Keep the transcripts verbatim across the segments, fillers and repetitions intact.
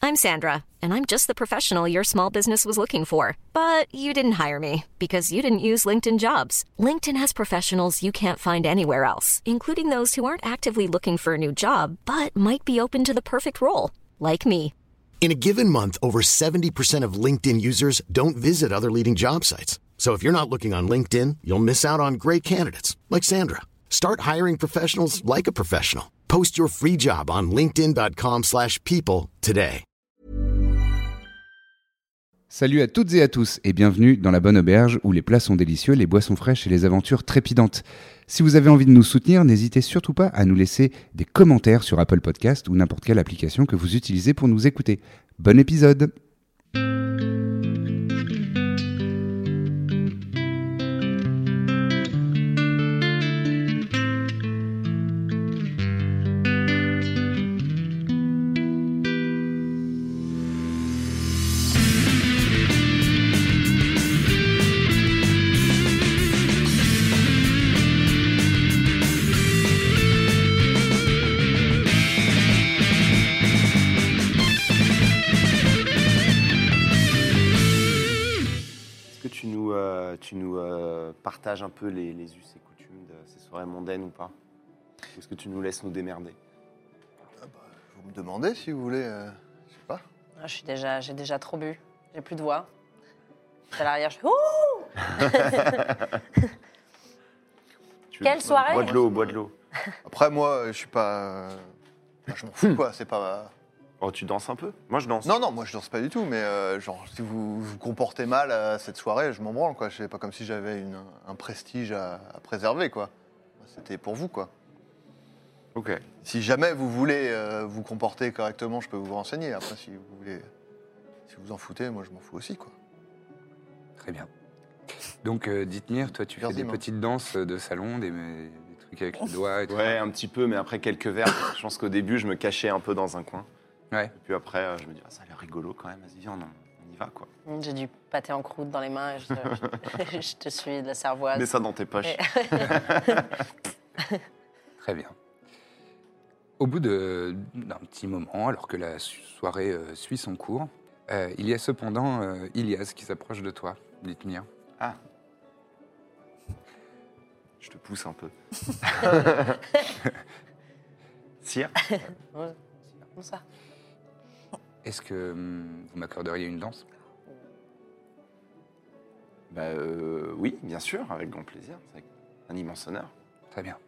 I'm Sandra, and I'm just the professional your small business was looking for. But you didn't hire me because you didn't use LinkedIn Jobs. LinkedIn has professionals you can't find anywhere else, including those who aren't actively looking for a new job, but might be open to the perfect role, like me. In a given month, over seventy percent of LinkedIn users don't visit other leading job sites. So if you're not looking on LinkedIn, you'll miss out on great candidates like Sandra. Start hiring professionals like a professional. Post your free job on linkedin dot com slash people today. Salut à toutes et à tous et bienvenue dans la Bonne Auberge où les plats sont délicieux, les boissons fraîches et les aventures trépidantes. Si vous avez envie de nous soutenir, n'hésitez surtout pas à nous laisser des commentaires sur Apple Podcast ou n'importe quelle application que vous utilisez pour nous écouter. Bon épisode! Tu nous euh, partages un peu les, les us et coutumes de ces soirées mondaines ou pas? Ou est-ce que tu nous laisses nous démerder? ah bah, Vous me demandez si vous voulez, euh, je sais pas. Ah, je suis déjà, j'ai déjà trop bu, j'ai plus de voix. À l'arrière, je fais ouh. Tu Quelle veux, soirée? Bois de l'eau, bois de l'eau. Après moi, je suis pas, euh, bah, je m'en fous quoi, c'est pas. Oh, tu danses un peu? Moi, je danse. Non non, moi je danse pas du tout, mais euh, genre si vous vous comportez mal à cette soirée, je m'en branle quoi. C'est pas comme si j'avais une, un prestige à, à préserver quoi. C'était pour vous quoi. Ok. Si jamais vous voulez euh, vous comporter correctement, je peux vous renseigner. Après, si vous voulez, si vous en foutez, moi je m'en fous aussi quoi. Très bien. Donc, euh, Dithmir, toi, tu fais des petites danses de salon, des, des trucs avec les doigts et tout. Ouais, un petit peu, mais après quelques verres. Je pense qu'au début, je me cachais un peu dans un coin. Ouais. Et puis après, euh, je me dis, ah, ça a l'air rigolo quand même, vas-y, viens, on, on y va quoi. J'ai du pâté en croûte dans les mains et je te, je, je te suis de la cervoise. Mets ça dans tes poches. Très bien. Au bout de, d'un petit moment, alors que la soirée euh, suit son cours, euh, il y a cependant euh, Ilias qui s'approche de toi, Dithmir. Ah. Je te pousse un peu. Sire? Comme ça. Est-ce que hum, vous m'accorderiez une danse? Bah euh, oui, bien sûr, avec grand plaisir. C'est un immense honneur. Très bien.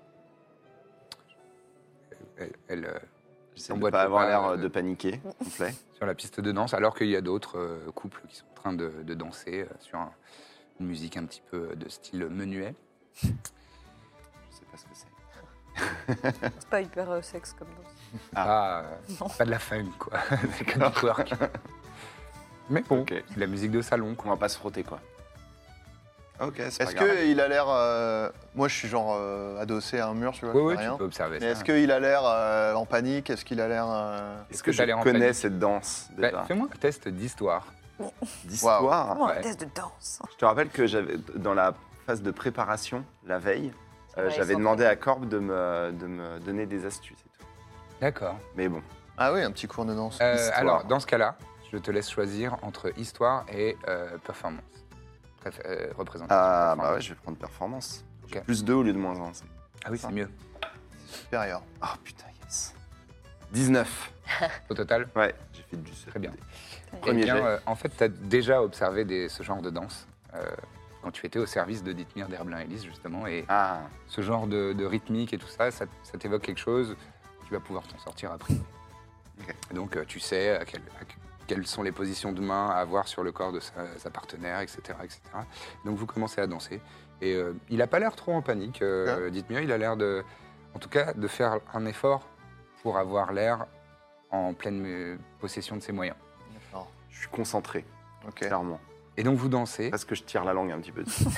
Elle, elle euh, J'essaie de ne emboîte pas le avoir pas, l'air euh, de paniquer, s'il vous plaît. sur la piste de danse, alors qu'il y a d'autres euh, couples qui sont en train de, de danser euh, sur un- une musique un petit peu de style menuet. Je sais pas ce que c'est. C'est pas hyper euh, sexe comme danse. Ah. Pas, euh, pas de la funk, quoi. C'est que du twerk. Mais bon, Ok. c'est de la musique de salon, On quoi. va pas se frotter, quoi. Ok, c'est pas Est-ce grave. qu'il a l'air, euh, moi je suis genre euh, adossé à un mur, tu vois, Oui, je oui, fais rien. tu peux observer Mais ça. est-ce qu'il a l'air euh, en panique? Est-ce qu'il a l'air euh, Est-ce Est-ce que que t'as je l'air en connais panique cette danse, Bah, déjà? fais-moi un test d'histoire. D'histoire. Comment Ouais. un test de danse? Je te rappelle que j'avais, dans la phase de préparation, la veille, euh, Ouais, j'avais ils sont demandé à Corbe de me, de me donner des astuces et tout. D'accord. Mais bon, Ah oui, un petit cours de danse. Euh, Histoire. alors, dans ce cas-là, je te laisse choisir entre histoire et euh, performance. Préf- euh, représentation. ah bah performance. ouais, je vais prendre performance. Ok. Plus deux au lieu de moins un. c'est- Ah oui, c'est mieux. Supérieur. Ah putain, yes. dix-neuf. Au total, Ouais, j'ai fait du seul. très bien. Premier Eh bien, jet. euh, en fait, tu as déjà observé des- ce genre de danse euh, quand tu étais au service de Dithmir d'Herblin-Ellis, justement. Et Ah, ce genre de, de rythmique et tout ça, ça, ça t'évoque quelque chose, tu vas pouvoir t'en sortir après. Ok. Donc, euh, tu sais à quel- à quelles sont les positions de main à avoir sur le corps de sa, sa partenaire, et cetera, et cetera. Donc, vous commencez à danser. Et euh, il n'a pas l'air trop en panique, euh, Ok. Dithmir. Il a l'air de, en tout cas, de faire un effort pour avoir l'air en pleine euh, possession de ses moyens. D'accord. je suis concentré, Ok. clairement. Et donc, vous dansez. Parce que je tire la langue un petit peu dessus.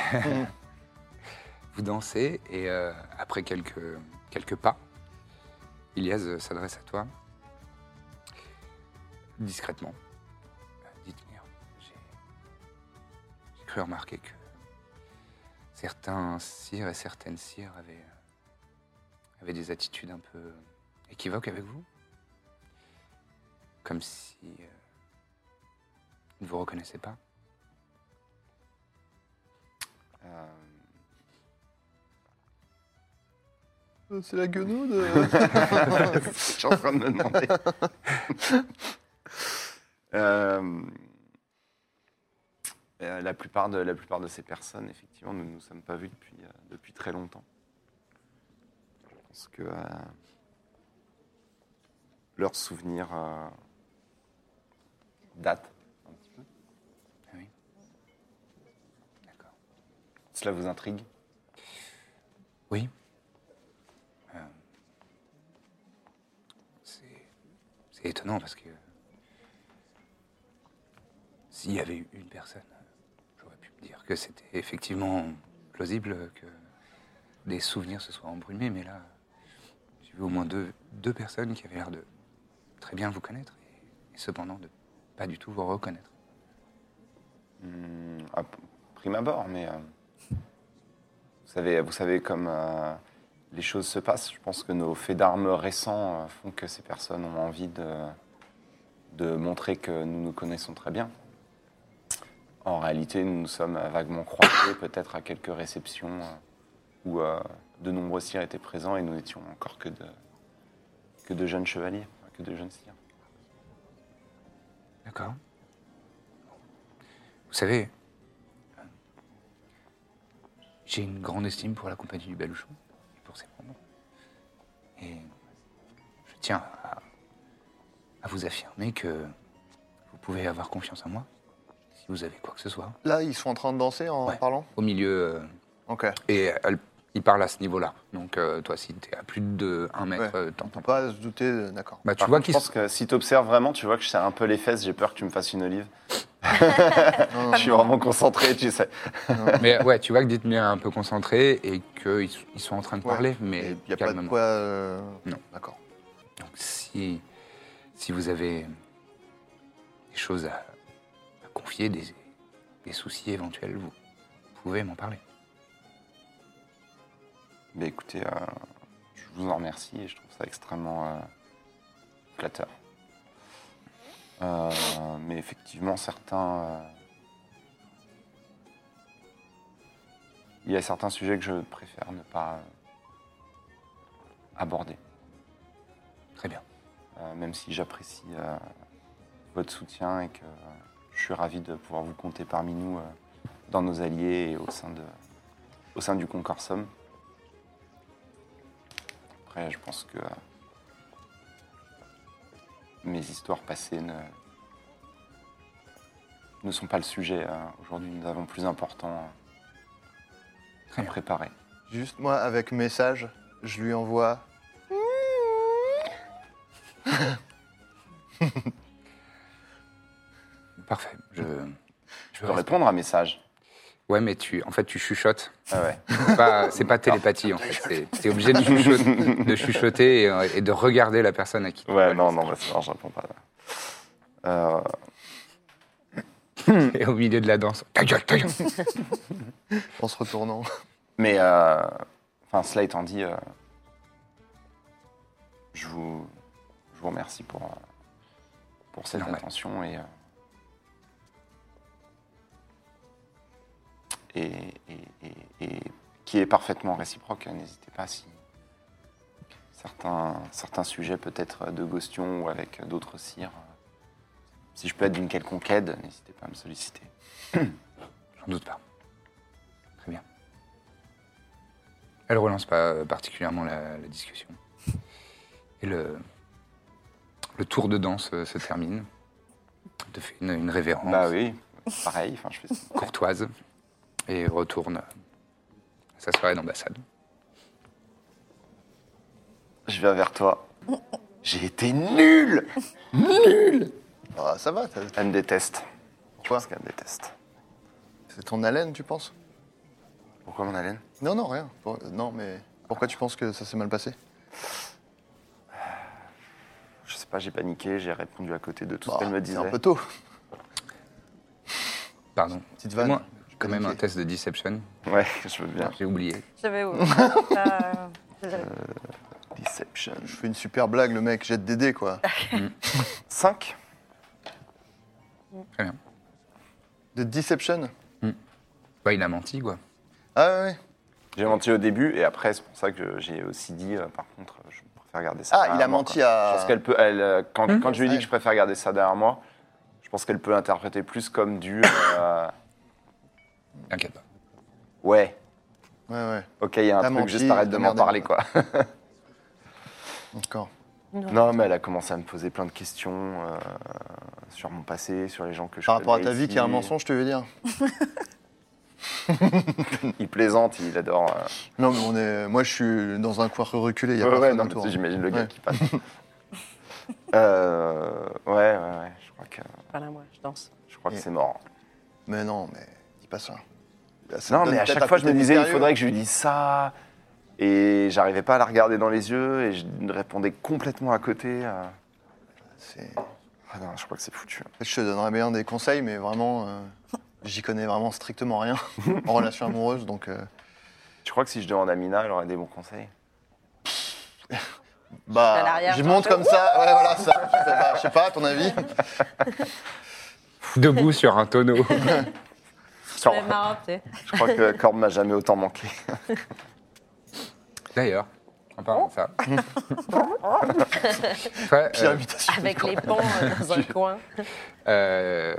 Vous dansez et euh, après quelques, quelques pas, Ilias euh, s'adresse à toi discrètement. Euh, Dites-moi, j'ai j'ai cru remarquer que certains sires et certaines sires avaient, euh, avaient des attitudes un peu équivoques avec vous. comme si euh, vous ne vous reconnaissez pas. Euh, Euh, C'est la guenaude. Je suis en train de me demander. Euh, euh, la, plupart de, la plupart de ces personnes, effectivement, nous ne nous sommes pas vus depuis, euh, depuis très longtemps. Je pense que euh, leurs souvenirs euh, datent un petit peu. Ah oui. D'accord. Cela vous intrigue? Oui. Euh, c'est, c'est étonnant parce que s'il y avait eu une personne, j'aurais pu me dire que c'était effectivement plausible que des souvenirs se soient embrumés, mais là, j'ai vu au moins deux, deux personnes qui avaient l'air de très bien vous connaître et, et cependant de pas du tout vous reconnaître. Hum, à p- prime abord, mais euh, vous savez, vous savez comme euh, les choses se passent. Je pense que nos faits d'armes récents euh, font que ces personnes ont envie de, de montrer que nous nous connaissons très bien. En réalité, nous nous sommes vaguement croisés, peut-être à quelques réceptions euh, où euh, de nombreux sires étaient présents et nous n'étions encore que de, que de jeunes chevaliers, enfin, que de jeunes sires. D'accord. Vous savez, euh, j'ai une grande estime pour la compagnie du Baluchon et pour ses membres. Et je tiens à, à vous affirmer que vous pouvez avoir confiance en moi si vous avez quoi que ce soit. Là, ils sont en train de danser en Ouais. parlant. Au milieu, euh, Ok. et elle, il parle à ce niveau-là. Donc euh, toi, si t'es à plus de un mètre, Ouais. euh, On t'entends peut pas. pas se douter. de- D'accord. Bah, tu Par vois contre, qu'ils je pense sont- que si tu observes vraiment, tu vois que je serre un peu les fesses, j'ai peur que tu me fasses une olive. Non, non, Je suis vraiment concentré, tu sais. Mais ouais, tu vois que Dithmir est un peu concentré et qu'ils ils sont en train de Ouais. parler, mais Il n'y a pas de calmement. quoi. euh, Non. D'accord. Donc si, si vous avez des choses à, à confier, des, des soucis éventuels, vous pouvez m'en parler. Mais écoutez, euh, je vous en remercie et je trouve ça extrêmement euh, flatteur. Euh, mais effectivement, certains... euh, il y a certains sujets que je préfère ne pas euh, aborder. Très bien. Euh, même si j'apprécie euh, votre soutien et que euh, je suis ravi de pouvoir vous compter parmi nous euh, dans nos alliés et au sein, de, au sein du Concorsum. Après, je pense que euh, mes histoires passées ne, ne sont pas le sujet. euh. Aujourd'hui, nous avons plus important euh, Très à bien. préparer. Juste moi, avec message, je lui envoie. Parfait. Je, Je peux répondre à un message. Ouais, mais tu, en fait, tu chuchotes. Ah ouais. C'est pas, c'est pas télépathie, en fait. C'est, t'es obligé de chuchoter, de chuchoter et, euh, et de regarder la personne à qui tu Ouais, envoies non, le non, bah, c'est- non, je réponds pas. Euh, message. Et au milieu de la danse. Ta gueule, ta gueule. En se retournant. Mais, euh, enfin, cela étant dit, euh, je, vous, je vous remercie pour, euh, pour cette Normal. attention et, euh, et, et, et- et qui est parfaitement réciproque. N'hésitez pas si certains, certains sujets, peut-être de Gostion ou avec d'autres sires, euh, si je peux être d'une quelconque aide, n'hésitez pas à me solliciter. J'en doute pas. Très bien. Elle relance pas euh, particulièrement la, la discussion. Et le, le tour de danse euh, se termine. Elle te fait une, une révérence Bah oui, pareil, enfin, je fais ça. courtoise et retourne à sa soirée d'ambassade. Je viens vers toi. J'ai été nul. Ah, ça va, t'as- Elle me déteste. Je Pourquoi pense qu'elle me déteste. c'est ton haleine, tu penses? Pourquoi mon haleine? Non, non, rien. Pour- Non, mais pourquoi tu penses que ça s'est mal passé? Je sais pas, j'ai paniqué, j'ai répondu à côté de tout Bah, ce qu'elle me c'est disait. un peu tôt. Pardon. Petite vanne. Moi, Je quand même un paniquais. test de deception. Ouais, je veux bien. J'ai oublié. J'avais oublié. Ça, euh, Deception. Je fais une super blague, le mec jette des dés, quoi. cinq. Très bien. De Deception. Bah, il a menti, quoi. Ah ouais, ouais. J'ai menti au début et après, c'est pour ça que j'ai aussi dit, euh, par contre, je préfère garder ça Ah, derrière il a moi, menti quoi. à- Je pense qu'elle peut, elle, euh, quand, Mmh. quand je lui ai dit Ouais. que je préfère garder ça derrière moi, je pense qu'elle peut l'interpréter plus comme du. euh, T'inquiète pas. ouais, Ouais, ouais. ok, il y a un T'as truc, menti, juste arrête de m'en merde, parler, elle. quoi. D'accord. Non, mais elle a commencé à me poser plein de questions euh, sur mon passé, sur les gens que je Par rapport à connais ta vie, ici. qui est un mensonge, tu veux dire? Il plaisante, il adore. euh, Non, mais on est... moi, je suis dans un coin reculé, il y a Ouais, pas ouais, de non, mais autour. tu sais, j'imagine le gars Ouais. qui passe. euh, ouais, ouais, ouais, je crois que, Voilà, moi, je danse. je crois que Et- c'est mort. Mais non, mais dis pas ça. Ça Non, te mais donne à peut-être chaque un fois, je me côté disais, il mystérieux. faudrait que je lui dise ça. Et j'arrivais pas à la regarder dans les yeux et je répondais complètement à côté. euh. C'est- Ah non, je crois que c'est foutu. Je te donnerais bien des conseils, mais vraiment, euh, j'y connais vraiment strictement rien en relation amoureuse, donc... euh, Tu crois que si je demande à Mina, elle aurait des bons conseils? À bah, l'arrière, je genre monte un peu, comme ça, ouais, voilà, ça. Je sais pas, je sais pas, à ton avis? Debout sur un tonneau. Je lève ma robe, tu sais. Je crois que Corbe m'a jamais autant manqué. D'ailleurs, en parlant de ça. Après, Pire euh, imitation. Avec les ponts euh, dans un coin. euh,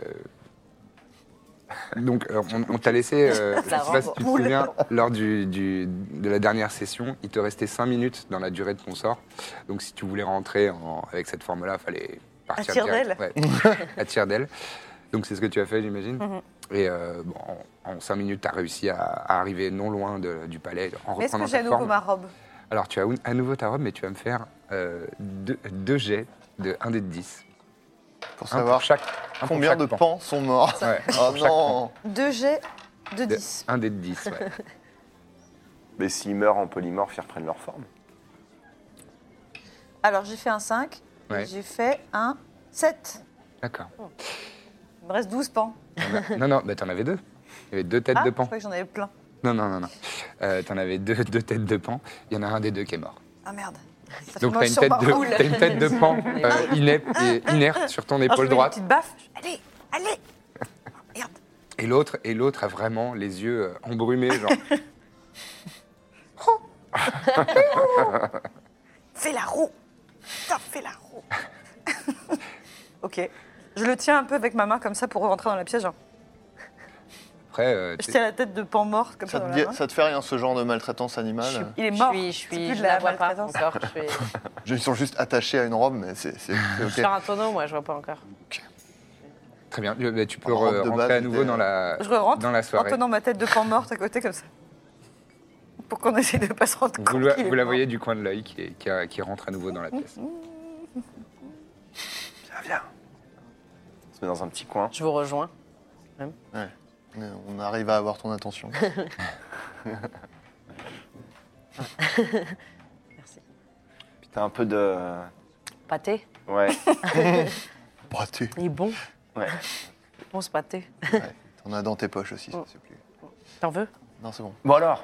donc, euh, on, on t'a laissé, euh, je ne sais La pas si robe tu te souviens, lors du, du- de la dernière session, il te restait cinq minutes dans la durée de ton sort. Donc, si tu voulais rentrer en- avec cette forme-là, il fallait partir À tire direct. Ouais, à tire d'aile. Donc, c'est ce que tu as fait, j'imagine. Mhm. Et euh, bon, en, en cinq minutes, tu as réussi à, à arriver non loin de- du palais en Mais est-ce reprenant que j'ai à ta nouveau forme. ma robe? Alors, tu as un- à nouveau ta robe, mais tu vas me faire euh, deux, deux jets de un dé de dix. Pour Un savoir pour chaque, un pour combien chaque de pan. pans sont morts. Ouais, Oh pour chaque non. Deux jets de De- dix. Un dé de dix, ouais. Mais s'ils meurent en polymorphe, ils reprennent leur forme. Alors j'ai fait un cinq, Ouais. et j'ai fait un sept. D'accord. Il me reste douze pans. T'en as- Non, non, bah, t'en avais deux. Il y avait deux têtes Ah, de je pan. croyais que j'en avais plein. Non, non, non, non. Euh, t'en avais deux, deux têtes de pan. Il y en a un des deux qui est mort. Ah merde. Ça fait Donc moche t'as une, sur tête ma de, robe. t'as une tête de pan euh, inep- et inerte sur ton Alors, je épaule mets une droite. petite baffe. Allez, allez. Oh, merde. Et l'autre, et l'autre a vraiment les yeux euh, embrumés, genre. Fais la roue. Putain, fais la roue. Ok. Je le tiens un peu avec ma main comme ça pour rentrer dans la pièce. Genre. Après, euh, Je t'es- tiens la tête de pan morte comme ça, Ça dans te, la dit- main. ça te fait rien, ce genre de maltraitance Je animale? suis- Il est Je mort. suis, je C'est suis, plus de je la la vois pas maltraitance. encore. Je suis, je Ils sont juste attachés à une robe, mais c'est c'est- c'est ok. suis sur un tonneau, moi, je vois pas encore. très bien. Euh, bah, tu peux En robe re- de rentrer base, à nouveau c'était- dans la, Je rentre dans la en soirée. tenant ma tête de pan morte à côté comme ça. Pour qu'on essaie de pas se rendre compte Vous, la- qu'il est vous la mort. voyez du coin de l'œil qui, est- qui a- qui rentre à nouveau dans la pièce. Viens, viens. On se met dans un petit coin. Je vous rejoins. Ouais. On arrive à avoir ton attention. Merci. Puis t'as un peu de. Pâté, Ouais, Braté. il est bon. ouais. Bon, ce pâté. Ouais. T'en as dans tes poches aussi, ça Mm. c'est plus. T'en veux? Non, c'est bon. Bon alors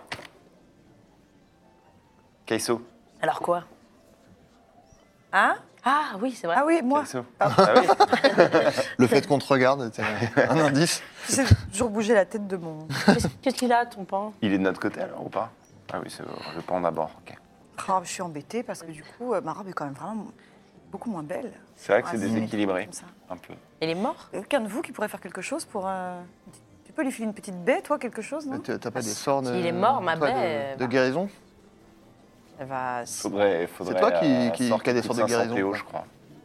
Kaiso. Alors quoi? Hein? Ah oui, c'est vrai. Ah oui, moi. Kaiso. Ah oui. Le fait qu'on te regarde, c'est un indice. J'ai toujours bougé la tête de mon. Qu'est-ce qu'est-ce qu'il a, ton pan? Il est de notre côté alors ou pas? Ah oui, c'est le pan d'abord. ok. Oh, je suis embêtée parce que du coup, euh, ma robe est quand même vraiment beaucoup moins belle. C'est vrai que c'est Ah, déséquilibré, comme ça. un peu. Il est mort? Il y a aucun de vous qui pourrait faire quelque chose pour. euh, Tu peux lui filer une petite baie, toi, quelque chose, non? T'as t'as pas des sorts de, S'il est mort, ma toi, de- baie, de bah. guérison? Elle va. Faudrait, faudrait. toi qui- euh, qui- sort qui a des coûte sorts de cinq cents guérison, P O, quoi. je crois.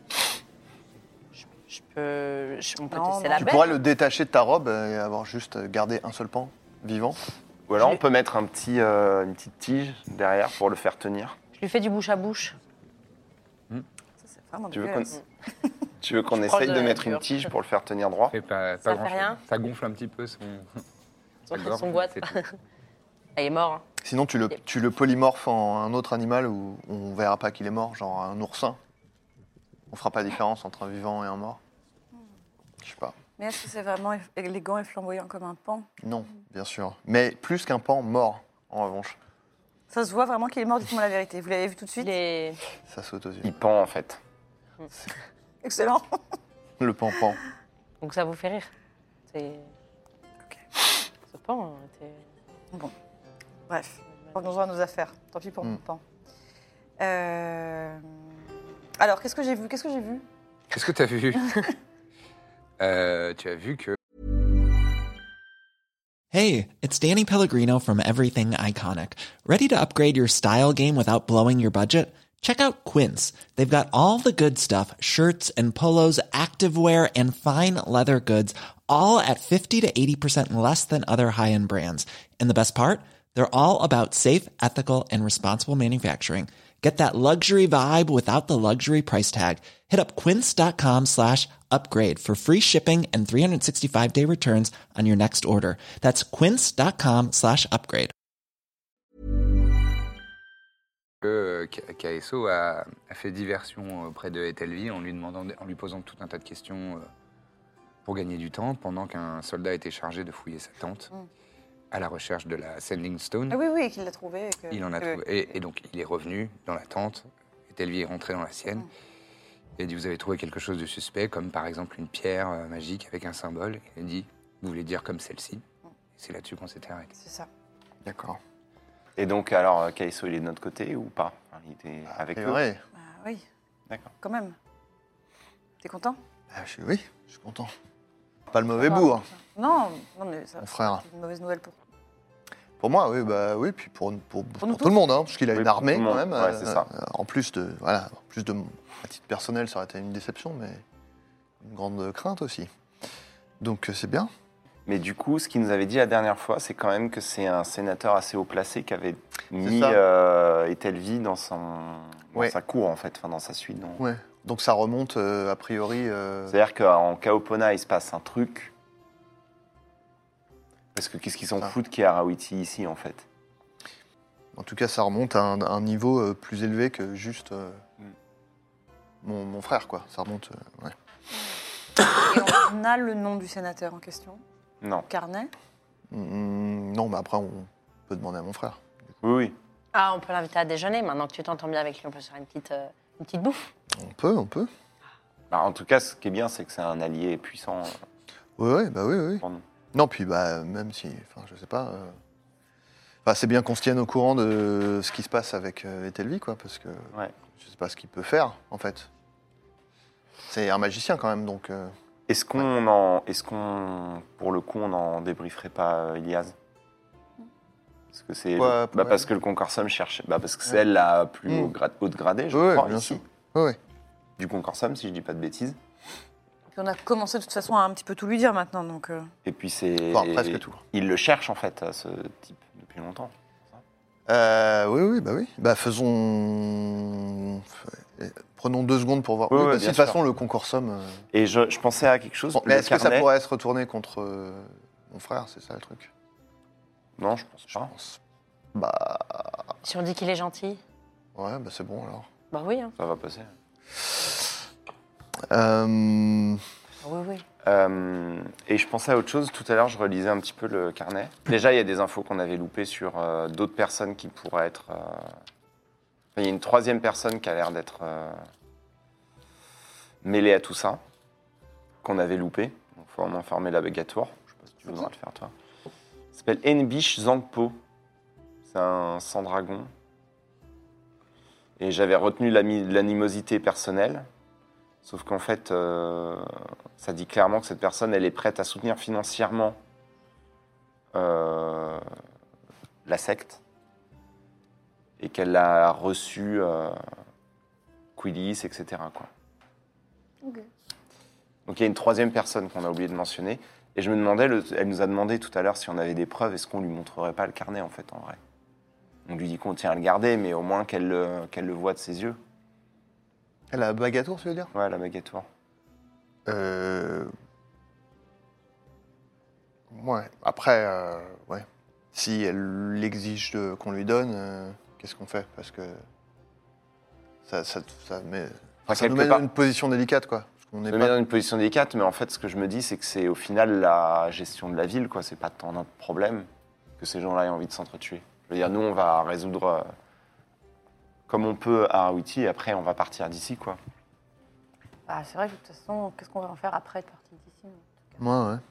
Je peux. je- On peut Non, tester non, la Tu baie. pourrais le détacher de ta robe et avoir juste gardé un seul pan vivant. Ou alors Je- on peut mettre un petit, euh, une petite tige derrière pour le faire tenir. Je lui fais du bouche à bouche. Ça, c'est vraiment Tu veux dégueulasse. qu'on tu veux qu'on Je suis proche essaye de de la mettre une nature. tige pour le faire tenir droit? Fait pas, Ça pas fait grand-chose. rien Ça gonfle un petit peu son. Son, sa gorge, son boîte. c'est tout. Elle est morte. Hein. Sinon, tu le, tu le polymorphes en un autre animal où on verra pas qu'il est mort, genre un oursin. On fera pas la différence entre un vivant et un mort. Je sais pas. Mais est-ce que c'est vraiment élégant et flamboyant comme un pan? Non, bien sûr. Mais plus qu'un pan mort, en revanche. Ça se voit vraiment qu'il est mort, dites-moi la vérité. Vous l'avez vu tout de suite? Il est. Ça saute aux yeux. Il pend en fait. Excellent. Le pan-pan. Donc ça vous fait rire. C'est... Ok. Ce pan était... Bon. Bref, revenons-en à nos affaires. Tant pis pour Mm. mon pan. Euh... Alors, qu'est-ce que j'ai vu Qu'est-ce que j'ai vu Qu'est-ce que tu as vu Euh, Tu as vu que... Hey, it's Danny Pellegrino from Everything Iconic. Ready to upgrade your style game without blowing your budget? Check out Quince. They've got all the good stuff, shirts and polos, activewear, and fine leather goods, all at fifty to eighty percent less than other high-end brands. And the best part? They're all about safe, ethical, and responsible manufacturing. Get that luxury vibe without the luxury price tag. Hit up quince.com slash upgrade for free shipping and three sixty-five day returns on your next order. That's quince.com slash upgrade. que K S O a, a fait diversion auprès de Etelvi en lui demandant, en lui posant tout un tas de questions euh, pour gagner du temps, pendant qu'un soldat était chargé de fouiller sa tente Mm. à la recherche de la Sending Stone. Ah oui, oui, qu'il l'a trouvé. et que- Il en a que- trouvé. Et, et donc, il est revenu dans la tente. Etelvi est rentré dans la sienne. Mm. Il a dit, vous avez trouvé quelque chose de suspect, comme par exemple une pierre euh, magique avec un symbole. Il a dit, vous voulez dire comme celle-ci. Mm. C'est là-dessus qu'on s'était arrêté. C'est ça. D'accord. Et donc, alors, K S O, il est de notre côté ou pas? Enfin, il était avec Et eux. ouais. Bah oui, D'accord. quand même. T'es content Ah, je suis, oui, je suis content. Pas le mauvais bout, hein, Non, non, mais ça, mon frère. c'est une mauvaise nouvelle pour Pour moi, oui, bah oui, puis pour, pour, pour, nous tout le tous. monde, hein, parce qu'il a Oui, une pour armée tout le quand monde. même. Ouais, c'est ça. euh, en plus de, voilà, en plus de, à titre personnel, ça aurait été une déception, mais une grande crainte aussi. Donc euh, c'est bien. Mais du coup, ce qu'il nous avait dit la dernière fois, c'est quand même que c'est un sénateur assez haut placé qui avait mis ça. euh, Etelvi dans, son, dans Ouais. sa cour, en fait, enfin dans sa suite. donc. Ouais. Donc ça remonte euh, a priori. euh, C'est-à-dire qu'en Kaopona, il se passe un truc. Parce que qu'est-ce qu'ils s'en Ça. foutent qu'il y ait Arawiti ici, en fait? En tout cas, ça remonte à un, un niveau euh, plus élevé que juste euh, Mm. mon, mon frère, quoi. Ça remonte. euh, ouais. Et on a le nom du sénateur en question, Non. Carnet. Mm, non, mais après, on peut demander à mon frère. Oui, oui. Ah, on peut l'inviter à déjeuner. Maintenant que tu t'entends bien avec lui, on peut se faire une petite, euh, une petite bouffe. On peut, on peut. Bah, en tout cas, ce qui est bien, c'est que c'est un allié puissant euh, Oui, oui, bah oui, oui. pour nous. Non, puis bah, même si, enfin, je sais pas. euh, enfin, c'est bien qu'on se tienne au courant de ce qui se passe avec euh, Etelvi, quoi, parce que Ouais. je sais pas ce qu'il peut faire, en fait. C'est un magicien quand même, donc. euh, Est-ce qu'on en, est-ce qu'on, pour le coup, on n'en débrieferait pas euh, Ilias? Parce que c'est, Pourquoi- bah, pourquoi parce que le Concorsum cherche, bah, parce que c'est elle la plus Mm. haut gra- haute gradée, je Ouais, crois, bien ici, sûr. Ouais, ouais. du Concorsum, si je dis pas de bêtises. Puis on a commencé de toute façon à un petit peu tout lui dire maintenant, donc. euh, Et puis c'est, Enfin, presque tout. il le cherche en fait, ce type, depuis longtemps. Euh, oui, oui, bah oui. Bah faisons. euh, Prenons deux secondes pour voir. Oui, Oui, oui, parce que bien de toute sûr. façon, le Concorsum. euh, Et je, je pensais à quelque chose. bon, mais le est-ce que ça carnet- pourrait se retourner contre euh, mon frère? C'est ça le truc. Non, je pense Je pas. pense. Bah. Si on dit qu'il est gentil, Ouais, bah c'est bon alors. bah oui. Hein. Ça va passer. Euh, Ah oui, oui. Euh, et je pensais à autre chose. Tout à l'heure, je relisais un petit peu le carnet. Déjà, il y a des infos qu'on avait loupées sur euh, d'autres personnes qui pourraient être. euh, enfin, il y a une troisième personne qui a l'air d'être euh, mêlée à tout ça, qu'on avait loupé. Donc, il faut en informer la Begatour. Je sais pas si tu voudras le faire, toi. Il s'appelle Enbish Zangpo. C'est un sans-dragon. Et j'avais retenu l'ami- l'animosité personnelle. Sauf qu'en fait, euh, ça dit clairement que cette personne, elle est prête à soutenir financièrement euh, la secte et qu'elle a reçu euh, Quilis, et cetera, quoi. Ok. Donc il y a une troisième personne qu'on a oublié de mentionner. Et je me demandais, le- elle nous a demandé tout à l'heure si on avait des preuves, est-ce qu'on lui montrerait pas le carnet en fait, en vrai? On lui dit qu'on tient à le garder, mais au moins qu'elle le, qu'elle le voit de ses yeux. Elle a Bagatour, tu veux dire? Ouais, la Begatour. Euh... Ouais. Après, euh, ouais. Si elle exige de- qu'on lui donne, euh, qu'est-ce qu'on fait? Parce que ça, ça, ça, met... enfin, ça nous quelque met part- dans une position délicate, quoi. Parce qu'on Je n'est me pas... mets dans une position délicate, mais en fait, ce que je me dis, c'est que c'est au final la gestion de la ville, quoi. C'est pas tant notre problème que ces gens-là aient envie de s'entretuer. Je veux dire, nous, on va résoudre euh, comme on peut à Arawiti, et après, on va partir d'ici, quoi. Ah, c'est vrai que de toute façon, qu'est-ce qu'on va en faire après être parti d'ici? Moi, ouais.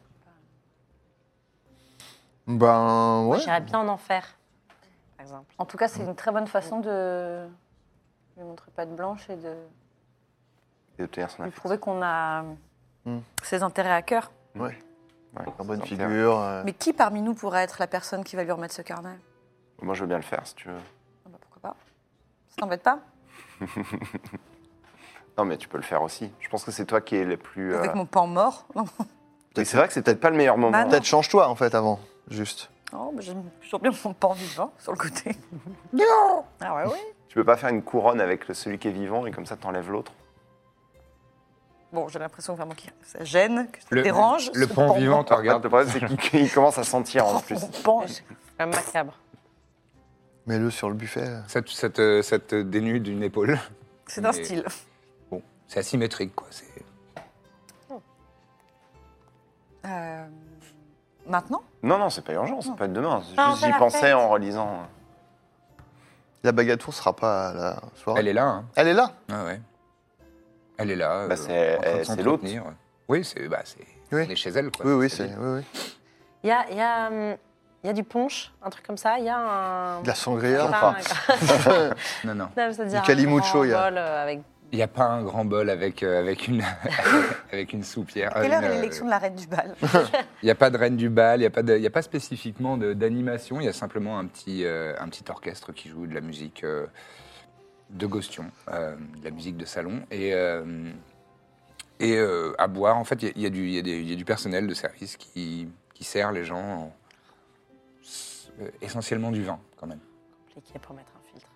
Ben, Moi, ouais. j'irais bien en enfer, par exemple. En tout cas, c'est une très bonne façon de lui montrer pas de blanche et de Et d'obtenir son lui affection. prouver qu'on a Hmm. ses intérêts à cœur. Ouais. Ouais, En bonne c'est figure. euh. Mais qui parmi nous pourrait être la personne qui va lui remettre ce carnet? Moi, je veux bien le faire, si tu veux. Ah bah, pourquoi pas? Ça t'embête pas? Non, mais tu peux le faire aussi. Je pense que c'est toi qui es le plus... euh, Avec mon pan mort? Non. Mais c'est vrai que c'est peut-être pas le meilleur moment. Bah non. Peut-être change-toi, en fait, avant. Juste. Oh, mais j'aime toujours bien mon pan vivant sur le côté. Non. Ah ouais, oui. Tu peux pas faire une couronne avec le- celui qui est vivant et comme ça, t'enlèves l'autre. Bon, j'ai l'impression vraiment que ça gêne, que ça Le- dérange. Le ce pan vivant, tu Regarde, regardes. le problème, c'est qu'il qu'il commence à sentir en plus. Mon pan, C'est quand même macabre. Mets-le sur le buffet. Ça, te- ça te, ça te dénude d'une épaule. c'est un Mais- style. Bon, c'est asymétrique, quoi. C'est... Euh, Maintenant? Non, non, c'est pas urgent, c'est pas demain. C'est Ah, on juste fait j'y la pensais fête. en relisant. La bagatour sera pas à la soirée. Elle est là, hein. Elle est là. Ah ouais. Elle est là. Bah, c'est- en train de elle- c'est l'autre. s'entretenir. Oui, c'est, bah, c'est, Oui. on est chez elle, quoi. Oui, oui, C'est c'est. bien. Oui, oui. Il y a, il y, a, hum, il y a du punch, un truc comme ça. Il y a un... De la sangria. C'est pas un- Non, non. Non, c'est-à-dire Du calimucho, un grand il y a. bol, euh, avec... Il n'y a pas un grand bol avec, euh, avec, une, avec une soupière. Quelle Euh, heure est une, l'élection de la reine du bal? Il n'y a pas de reine du bal, il n'y a, pas de- il y a pas spécifiquement de- d'animation, il y a simplement un petit, euh, un petit orchestre qui joue de la musique euh, de Gostion, euh, de la musique de salon. Et, euh, et euh, à boire, en fait, il y a- il y, a du- il y, a des- il y a du personnel de service qui, qui sert les gens en- euh, essentiellement du vin, quand même. compliqué pour mettre un filtre.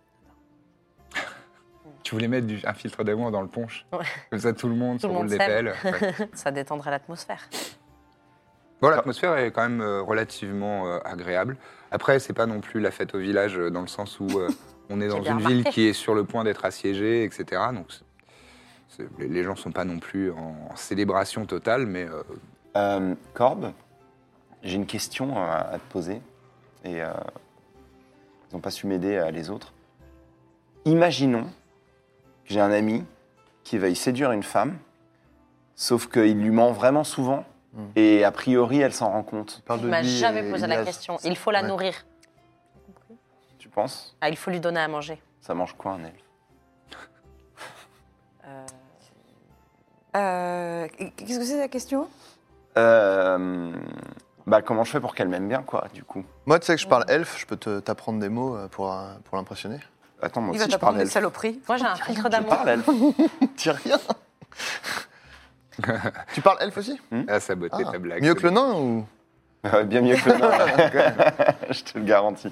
Tu voulais mettre du- un filtre d'amour dans le punch. Ouais. Comme ça, tout le monde se Tout le roule monde des s'aime. pelles. Ouais. Ça détendrait l'atmosphère. Bon, l'atmosphère est quand même euh, relativement euh, agréable. Après, c'est pas non plus la fête au village euh, dans le sens où euh, on est dans bien une ville remarqué. qui est sur le point d'être assiégée, et cetera. Donc, c'est- c'est- les- les gens sont pas non plus en, en célébration totale, mais euh, Euh, Corbe, j'ai une question à, à te poser. Et euh, ils n'ont pas su m'aider euh, les autres. Imaginons que j'ai un ami qui veuille séduire une femme, sauf qu'il lui ment vraiment souvent. Mm. Et a priori, elle s'en rend compte. Parle Il de m'a lui jamais et posé la Ilias. question. Il faut la Ouais. nourrir. Tu penses? Ah, il faut lui donner à manger. Ça mange quoi, un elfe? Euh, Euh, Qu'est-ce que c'est la question? Euh, bah, comment je fais pour qu'elle m'aime bien, quoi, du coup? Moi, tu sais que je parle elfe, je peux te- t'apprendre des mots euh, pour, euh, pour l'impressionner. Attends, moi Il va aussi, je t'apprendre parle des elfe. saloperies. Moi, j'ai un filtre Je d'amour. parle elfe. Dis rien. Tu parles elfe aussi à sa beauté, Ah, ta blague. Mieux que le nain ou Ouais, bien mieux que le nain. Je te le garantis.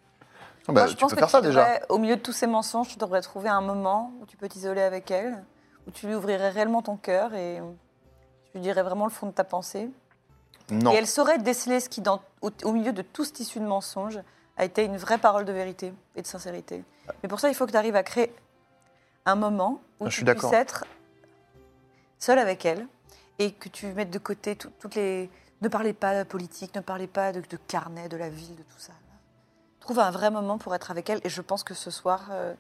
Ah bah, Moi, je tu pense peux que faire tu ça déjà. devrais, au milieu de tous ces mensonges, tu devrais trouver un moment où tu peux t'isoler avec elle, où tu lui ouvrirais réellement ton cœur et tu lui dirais vraiment le fond de ta pensée. Non. Et elle saurait déceler ce qui, dans, au, au milieu de tout ce tissu de mensonges, a été une vraie parole de vérité et de sincérité. Mais pour ça, il faut que tu arrives à créer un moment où Ah, je tu suis puisses d'accord. être seul avec elle et que tu mettes de côté tout- toutes les... Ne parlez pas de politique, ne parlez pas de, de carnet, de la ville, de tout ça. Trouve un vrai moment pour être avec elle et je pense que ce soir, euh,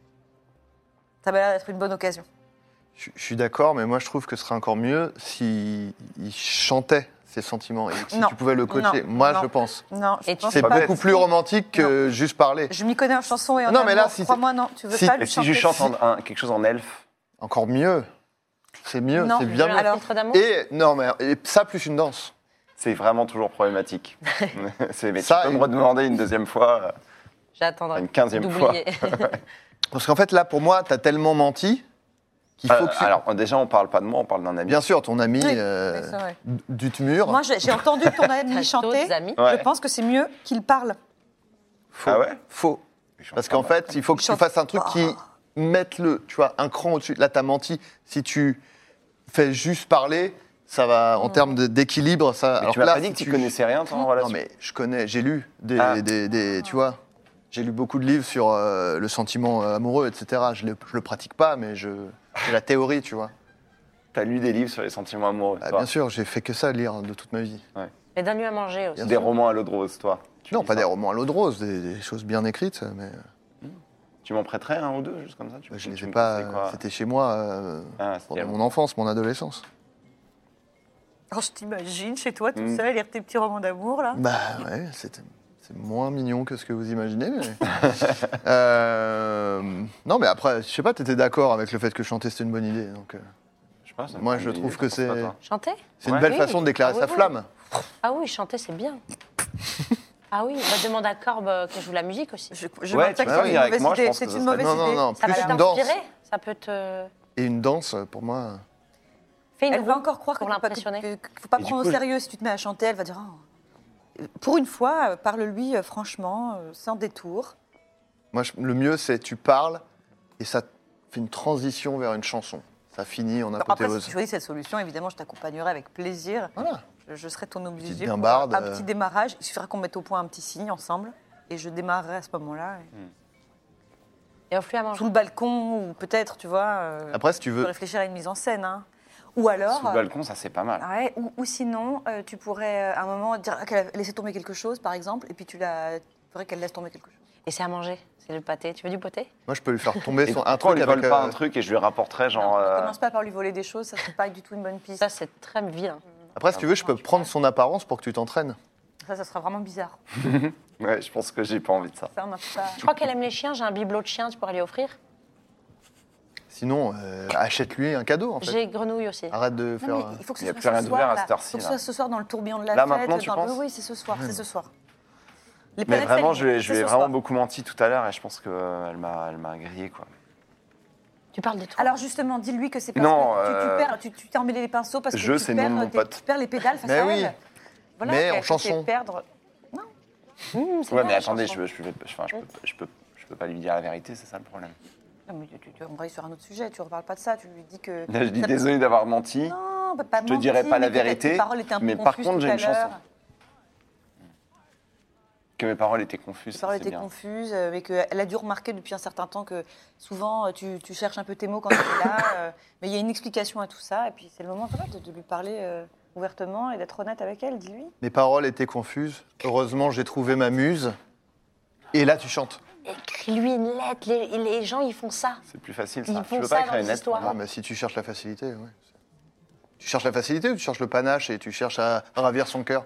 ça m'a l'air d'être une bonne occasion. Je, je suis d'accord, mais moi je trouve que ce serait encore mieux si il chantait ses sentiments et si Non. tu pouvais le coacher. Non. moi, Non. je pense. Non, je Et tu pense C'est pas pas. beaucoup bête. plus romantique que juste parler. Je m'y connais en chanson et en Non, mais là, amour. si- Crois-moi, non, tu veux si- pas Et lui si chanter. je chante en- un- quelque chose en elfe? Encore mieux. C'est mieux, Non, c'est Tu bien veux mieux. un Alors- filtre d'amour Et non, mais et ça plus une danse. C'est vraiment toujours problématique. C'est- mais Ça, tu peux et- me redemander une deuxième fois, euh, J'attendrai une quinzième fois. d'oublier. Parce qu'en fait, là, pour moi, t'as tellement menti qu'il faut Euh, que tu... alors, déjà, on parle pas de moi, on parle d'un ami. Bien sûr, ton ami Oui, euh, oui, c'est vrai. du Tmur. Moi, j'ai j'ai entendu ton ami T'as chanter. d'autres amis Ouais. Je pense que c'est mieux qu'il parle. Faux. Ah ouais? Faux. Parce qu'en fait, il faut que Il tu chante fasses un truc pas. qui mette le, tu vois, un cran au-dessus. Là, t'as menti. Si tu fais juste parler, ça va, en termes de- d'équilibre, ça. Mais alors tu m'as que là, pas dit si que tu connaissais rien, toi, en relation? Non, mais je connais, j'ai lu des, Ah. des, des- tu vois, j'ai lu beaucoup de livres sur euh, le sentiment euh, amoureux, et cetera. Je le, je le pratique pas, mais je, j'ai la théorie, tu vois. T'as lu des livres sur les sentiments amoureux, Ah, toi. bien sûr, j'ai fait que ça lire de toute ma vie. Et donne-lui à manger aussi. Bien Des sûr. romans à l'eau de rose, toi. Tu Non, lis pas ça? des romans à l'eau de rose, des, des choses bien écrites, mais Tu m'en prêterais un ou deux, juste comme ça? Tu, je les tu ai me pas. conseilles quoi? C'était chez moi euh, Ah, c'était pendant bon. mon enfance, mon adolescence. Alors, je t'imagine chez toi, tout Mm. seul, lire tes petits romans d'amour, là. Bah ouais, c'est, c'est moins mignon que ce que vous imaginez. Mais... Euh, Non, mais après, je sais pas, t'étais d'accord avec le fait que chanter c'était une bonne idée. Donc, euh, Je sais pas, ça me Moi, fait je une trouve idée, que t'en penses pas, c'est- toi Chanter c'est une Ouais. belle Oui. façon de déclarer Ah oui, sa oui. flamme. Ah oui, chanter, c'est bien. Ah oui, bah, demande à Corbe euh, que je joue la musique aussi. Je, je Ouais, maintiens tu que peux c'est une venir avec mauvaise moi, je idée. pense que C'est ça une serait mauvaise Non, non, idée. non, Ça plus va une danse. t'inspirer. Ça peut te... Et une danse, pour moi. Fais une Elle va roue encore croire que pour tu- l'impressionner. que- que- faut pas Et du prendre coup, au je- sérieux si tu te mets à chanter. Elle va dire Ah. Pour une fois, euh, parle-lui euh, franchement, euh, sans détour. Moi, je- le mieux, c'est tu parles et ça fait une transition vers une chanson. Ça finit en Alors après, si apothéose. tu choisis cette solution, évidemment, je t'accompagnerai avec plaisir. Voilà. Je, je serai ton obligé Petite pour guimbarde, un euh. petit démarrage. Il suffira qu'on mette au point un petit signe ensemble. Et je démarrerai à ce moment-là. Et offre-lui à manger. Sous le balcon, ou peut-être, tu vois. euh, Après, si tu tu peux veux. réfléchir à une mise en scène. hein. Ou alors. Sous le balcon, ça c'est pas mal. euh, ouais, ou, ou sinon, euh, tu pourrais euh, à un moment dire ah, qu'elle a laissé tomber quelque chose, par exemple, et puis tu la. Il faudrait qu'elle laisse tomber quelque chose. Et c'est à manger. C'est le pâté. Tu veux du pâté? Moi, je peux lui faire tomber Et son, un pourquoi on truc lui avec. vole pas euh, un truc et je lui rapporterai genre. Non, ne euh, commence pas par lui voler des choses, ça c'est pas du tout une bonne piste. Ça, c'est très vilain. Après, si tu veux, je peux prendre son apparence pour que tu t'entraînes. Ça, ça sera vraiment bizarre. Ouais, je pense que j'ai pas envie de ça. Ça, on a pas... Je crois qu'elle aime les chiens. J'ai un bibelot de chien. Tu pourrais lui offrir. Sinon, euh, achète-lui un cadeau, en fait. J'ai grenouille aussi. Arrête de Non, faire. mais euh, il faut que ce Il y a soit plus rien ce d'ouvert soir. à là. cette heure-ci, faut que ce là. soit ce soir dans le tourbillon de la Là, fête. maintenant, tu dans- penses Oui, oui, c'est ce soir, c'est ce soir. Les Mais planètes vraiment, s'alignent, je lui ai, je c'est lui ai ce vraiment soir. beaucoup menti tout à l'heure et je pense qu'elle m'a, elle m'a grillé quoi. Tu parles de toi. Alors justement, dis-lui que c'est parce Non, que tu, tu euh, perds, tu tu t'es emmêlé les pinceaux parce que je, tu, c'est le nom perds, de mon tes- pote. tu perds les pédales face Mais à oui. elle. Voilà, Mais en qu'elle te chanson. fait perdre. Mmh, c'est Ouais, bien, mais la attendez, chanson. je, je, je, enfin, je, peux, je, peux, je peux pas lui dire la vérité, c'est ça le problème. Non, mais tu, tu, tu embrayes sur un autre sujet, tu ne reparles pas de ça, tu lui dis que... Là, je dis ça- désolé d'avoir menti. Non, bah, pas Je te dirai menti, pas la mais que tes- vérité, tes paroles étaient un peu mais par confuses contre, tout j'ai à une chanson. l'heure. Que mes paroles étaient confuses, Les ça, paroles c'est étaient bien. confuses, euh, mais qu'elle a dû remarquer depuis un certain temps que souvent euh, tu, tu cherches un peu tes mots quand tu es là. euh, mais il y a une explication à tout ça, et puis c'est le moment voilà, de, de lui parler euh, ouvertement et d'être honnête avec elle, dis-lui. Mes paroles étaient confuses. Heureusement, j'ai trouvé ma muse. Et là, tu chantes. Écris-lui une lettre. Les, les gens, ils font ça. C'est plus facile Ils ça. font Tu peux ça pas dans écrire les une lettre pour histoires. moi Ah, mais si tu cherches la facilité, ouais. Tu cherches la facilité ou tu cherches le panache et tu cherches à ravir son cœur?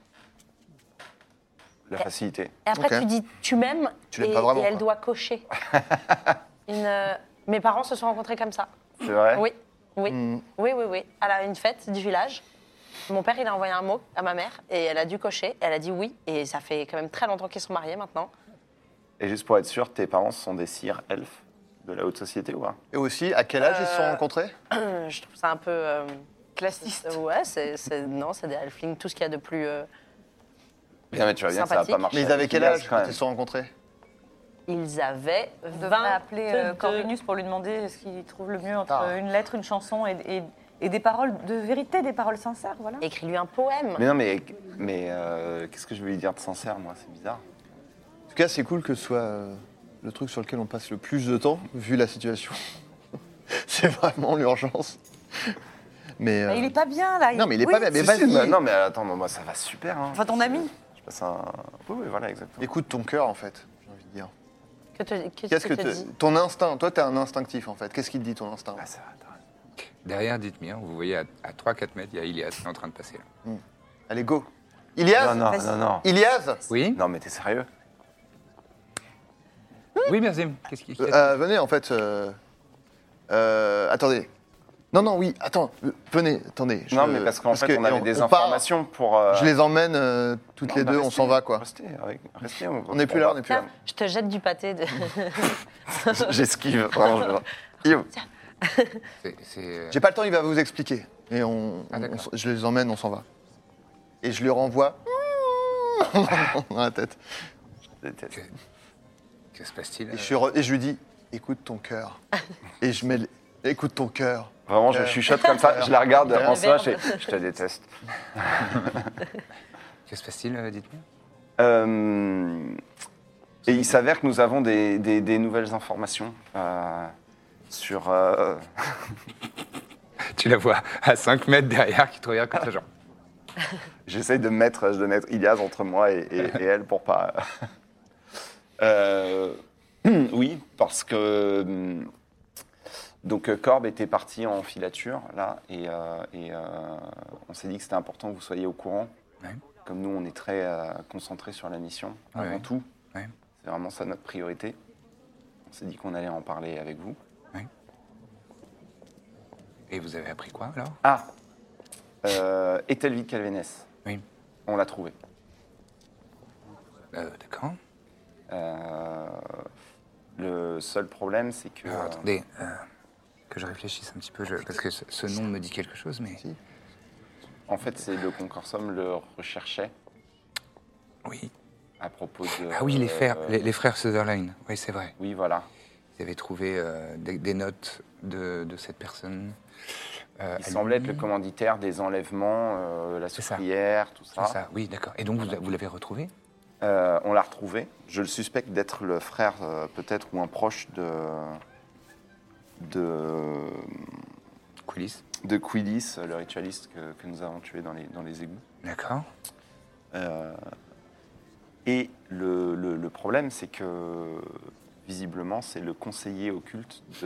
La facilité. Et après, Ok. tu dis tu m'aimes. Tu l'aimes et, pas vraiment, et elle quoi. doit cocher. Une, euh, mes parents se sont rencontrés comme ça. C'est vrai Oui, oui, Hmm. oui, oui, oui. À une fête du village. Mon père, il a envoyé un mot à ma mère et elle a dû cocher. Elle a dit oui. Et ça fait quand même très longtemps qu'ils sont mariés maintenant. Et juste pour être sûr, tes parents sont des sires elfes de la haute société ou pas? Et aussi, à quel âge ils se sont Euh, rencontrés? Je trouve ça un peu. euh, Classiste. c'est- Ouais, c'est, c'est- non, c'est des halflings, tout ce qu'il y a de plus. euh, Bien, mais tu vois bien que ça va pas Sympathique. marcher. Mais ils avaient avec quel Ilias, âge quand quand même. ils se sont rencontrés? Ils avaient On devrait vingt. appeler euh, Corvinus pour lui demander ce qu'il trouve le mieux entre Ah. une lettre, une chanson et, et- et des paroles de vérité, des paroles sincères, voilà. Écris-lui un poème. Mais non, mais, mais euh, qu'est-ce que je vais lui dire de sincère, moi? C'est bizarre. En tout cas, c'est cool que ce soit euh, le truc sur lequel on passe le plus de temps, vu la situation. C'est vraiment l'urgence. Mais, Bah, euh, il est pas bien là. Non, mais il est Oui. pas bien. Mais Si, vas-y, si, bah, non, mais attends, moi, ça va super. Hein. Enfin, ton ami. Je passe un. Oui, oui, voilà, exactement. écoute ton cœur, en fait, j'ai envie de dire. Que te, qu'est-ce Qu'est-ce que que te te- dit ton instinct, toi, t'es un instinctif, en fait. Qu'est-ce qu'il te dit, ton instinct? Ah, ça va, t'as raison. Derrière Dithmir, vous voyez à, à trois quatre mètres, il y a Ilias qui est en train de passer là. Allez, go. Ilias Non, non, Vas-y. non, non. Ilias Oui Non, mais t'es sérieux? Oui, Merzim, qu'est-ce qui... Euh, euh, venez, en fait. euh, euh, attendez. Non, non, oui, attends, euh, venez, attendez. je- Non, mais parce qu'en fait, que on avait des part, informations pour. euh, Je les emmène euh, toutes non, les bah, deux, on restez, s'en va, quoi. Restez, avec- restez. On n'est plus là, on n'est plus là. Tiens, je te jette du pâté. De... J'esquive, vraiment. Je... Yo. C'est- c'est, euh, J'ai pas le temps, il va vous expliquer. Et on, Ah, on- d'accord. on- je les emmène, on s'en va. Et je lui renvoie dans la tête. Je déteste. que, que se passe-t-il Et je, suis re- et je lui dis, écoute ton cœur. Et je mets, le- écoute ton cœur. Vraiment, je Cœur. chuchote comme ça, je la regarde Cœur. en soi, je, je te déteste. Que se passe-t-il, euh, Dithmir Euh, et il s'avère que nous avons des, des- des nouvelles informations euh, sur. euh, Tu la vois à cinq mètres derrière qui te regarde comme ça, genre. J'essaye de mettre, de mettre Ilias entre moi et, et- et elle pour pas. Euh, oui, parce que Donc euh, Corbe était parti en filature, là, et, euh, et euh, on s'est dit que c'était important que vous soyez au courant. Ouais. Comme nous, on est très euh, concentrés sur la mission, Ouais, avant ouais. tout. Ouais. C'est vraiment ça notre priorité. On s'est dit qu'on allait en parler avec vous. Ouais. Et vous avez appris quoi, alors? Ah euh, Etelvik Calvénès. Oui. On l'a trouvé. Euh, d'accord. Euh, le seul problème, c'est que... Alors, attendez, euh, que je réfléchisse un petit peu, je- parce que ce, ce nom me dit quelque chose, mais... Si. En fait, c'est le concorsum le recherchait Oui. à propos de... Ah oui, les frères, euh, les, les frères Sutherland. Oui, c'est vrai. Oui, voilà. Ils avaient trouvé euh, des, des notes de, de cette personne. Euh, Il à semblait lui. être le commanditaire des enlèvements, euh, la C'est ça. soufrière, tout C'est ça. ça, oui, d'accord. Et donc, vous, vous l'avez retrouvé? Euh, on l'a retrouvé. Je le suspecte d'être le frère, euh, peut-être, ou un proche de... de... Coulisses. de Quillis, le ritualiste que, que nous avons tué dans les, dans les égouts. D'accord. Euh, et le, le- le problème, c'est que, visiblement, c'est le conseiller occulte de...